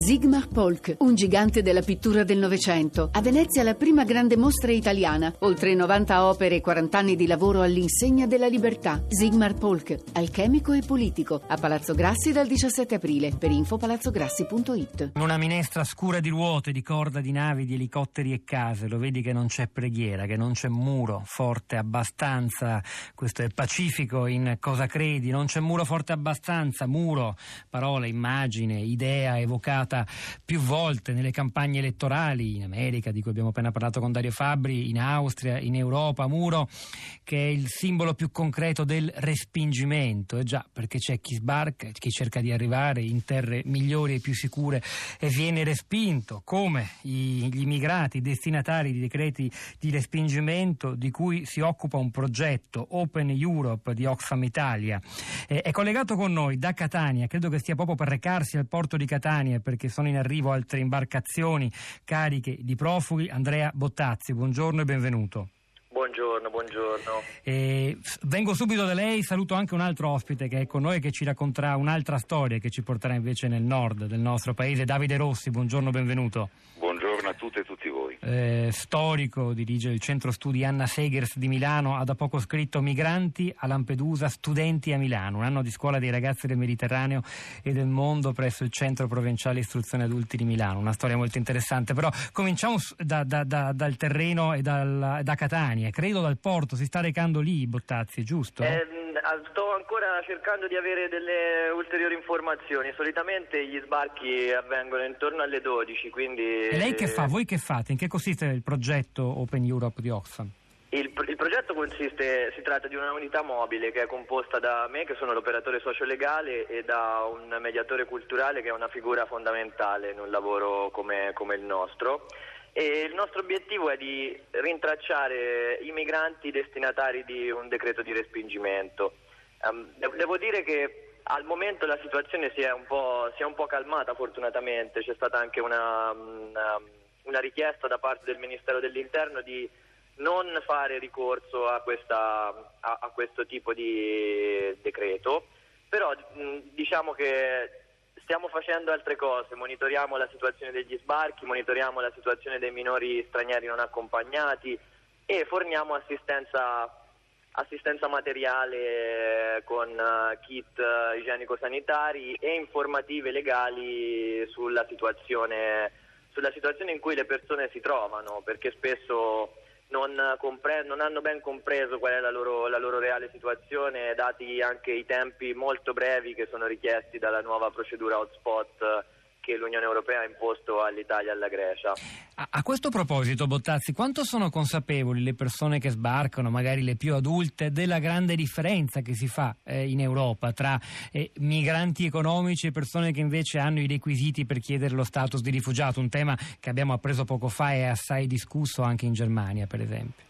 Sigmar Polk, un gigante della pittura del Novecento. A Venezia la prima grande mostra italiana. Oltre 90 opere e 40 anni di lavoro all'insegna della libertà. Sigmar Polk, alchemico e politico. A Palazzo Grassi dal 17 aprile. Per info palazzograssi.it. Una minestra scura di ruote, di corda, di navi, di elicotteri e case. Lo vedi che non c'è preghiera, che non c'è muro forte abbastanza. Questo è pacifico in Cosa credi. Non c'è muro forte abbastanza. Muro, parola, immagine, idea evocata più volte nelle campagne elettorali in America, di cui abbiamo appena parlato con Dario Fabbri, in Austria, in Europa. Muro che è il simbolo più concreto del respingimento, e già, perché c'è chi sbarca, chi cerca di arrivare in terre migliori e più sicure e viene respinto, come gli immigrati destinatari di decreti di respingimento di cui si occupa un progetto, Open Europe di Oxfam Italia. È collegato con noi da Catania, credo che stia proprio per recarsi al porto di Catania perché sono in arrivo altre imbarcazioni cariche di profughi. Andrea Bottazzi, buongiorno e benvenuto. Buongiorno. Vengo subito da lei, saluto anche un altro ospite che è con noi, che ci racconterà un'altra storia che ci porterà invece nel nord del nostro paese, Davide Rossi, buongiorno, benvenuto. Buongiorno a tutte e tutti voi. Storico, dirige il centro studi Anna Segers di Milano, ha da poco scritto Migranti a Lampedusa, studenti a Milano, un anno di scuola dei ragazzi del Mediterraneo e del mondo presso il Centro Provinciale Istruzione Adulti di Milano, una storia molto interessante. Però cominciamo dal terreno e da Catania, credo dal porto. Si sta recando lì, Bottazzi, giusto? Sto ancora cercando di avere delle ulteriori informazioni. Solitamente gli sbarchi avvengono intorno alle 12, quindi... E lei che fa? Voi che fate? In che consiste il progetto Open Europe di Oxfam? Il progetto si tratta di una unità mobile che è composta da me, che sono l'operatore sociolegale, e da un mediatore culturale che è una figura fondamentale in un lavoro come il nostro. E il nostro obiettivo è di rintracciare i migranti destinatari di un decreto di respingimento. Devo dire che al momento la situazione si è un po' calmata, fortunatamente. C'è stata anche una richiesta da parte del Ministero dell'Interno di non fare ricorso a questo tipo di decreto, però diciamo che stiamo facendo altre cose, monitoriamo la situazione degli sbarchi, monitoriamo la situazione dei minori stranieri non accompagnati e forniamo assistenza materiale con kit igienico-sanitari e informative legali sulla situazione in cui le persone si trovano, perché spesso non hanno ben compreso qual è la loro reale situazione, dati anche i tempi molto brevi che sono richiesti dalla nuova procedura hotspot che l'Unione Europea ha imposto all'Italia e alla Grecia. A questo proposito, Bottazzi, quanto sono consapevoli le persone che sbarcano, magari le più adulte, della grande differenza che si fa in Europa tra migranti economici e persone che invece hanno i requisiti per chiedere lo status di rifugiato, un tema che abbiamo appreso poco fa e è assai discusso anche in Germania, per esempio?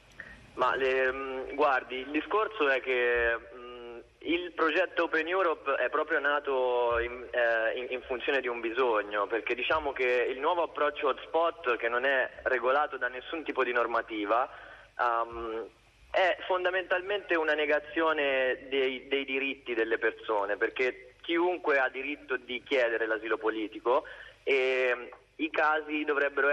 Guardi, il discorso è che il progetto Open Europe è proprio nato in funzione di un bisogno, perché diciamo che il nuovo approccio hotspot, che non è regolato da nessun tipo di normativa, è fondamentalmente una negazione dei diritti delle persone, perché chiunque ha diritto di chiedere l'asilo politico e i casi dovrebbero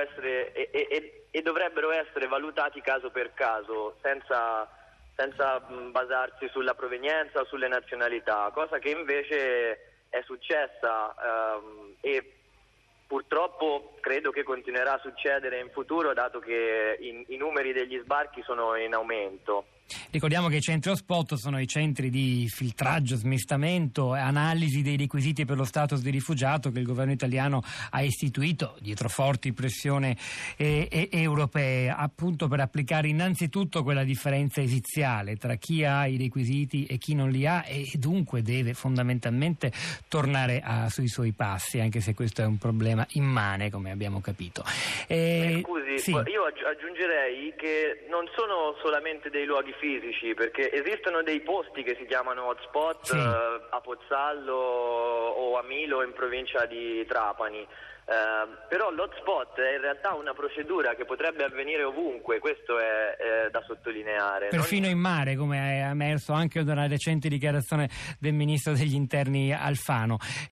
essere valutati caso per caso, senza basarsi sulla provenienza o sulle nazionalità, cosa che invece è successa e purtroppo credo che continuerà a succedere in futuro, dato che i numeri degli sbarchi sono in aumento. Ricordiamo che i centri hotspot sono i centri di filtraggio, smistamento e analisi dei requisiti per lo status di rifugiato che il governo italiano ha istituito dietro forti pressioni europee, appunto per applicare innanzitutto quella differenza esiziale tra chi ha i requisiti e chi non li ha, e dunque deve fondamentalmente tornare sui suoi passi, anche se questo è un problema immane, come abbiamo capito. Scusi, sì. Io aggiungerei che non sono solamente dei luoghi fisici, perché esistono dei posti che si chiamano hotspot, sì, a Pozzallo o a Milo in provincia di Trapani. Però l'hotspot è in realtà una procedura che potrebbe avvenire ovunque, questo è da sottolineare. Perfino in mare, come è emerso anche da una recente dichiarazione del ministro degli interni Alfano.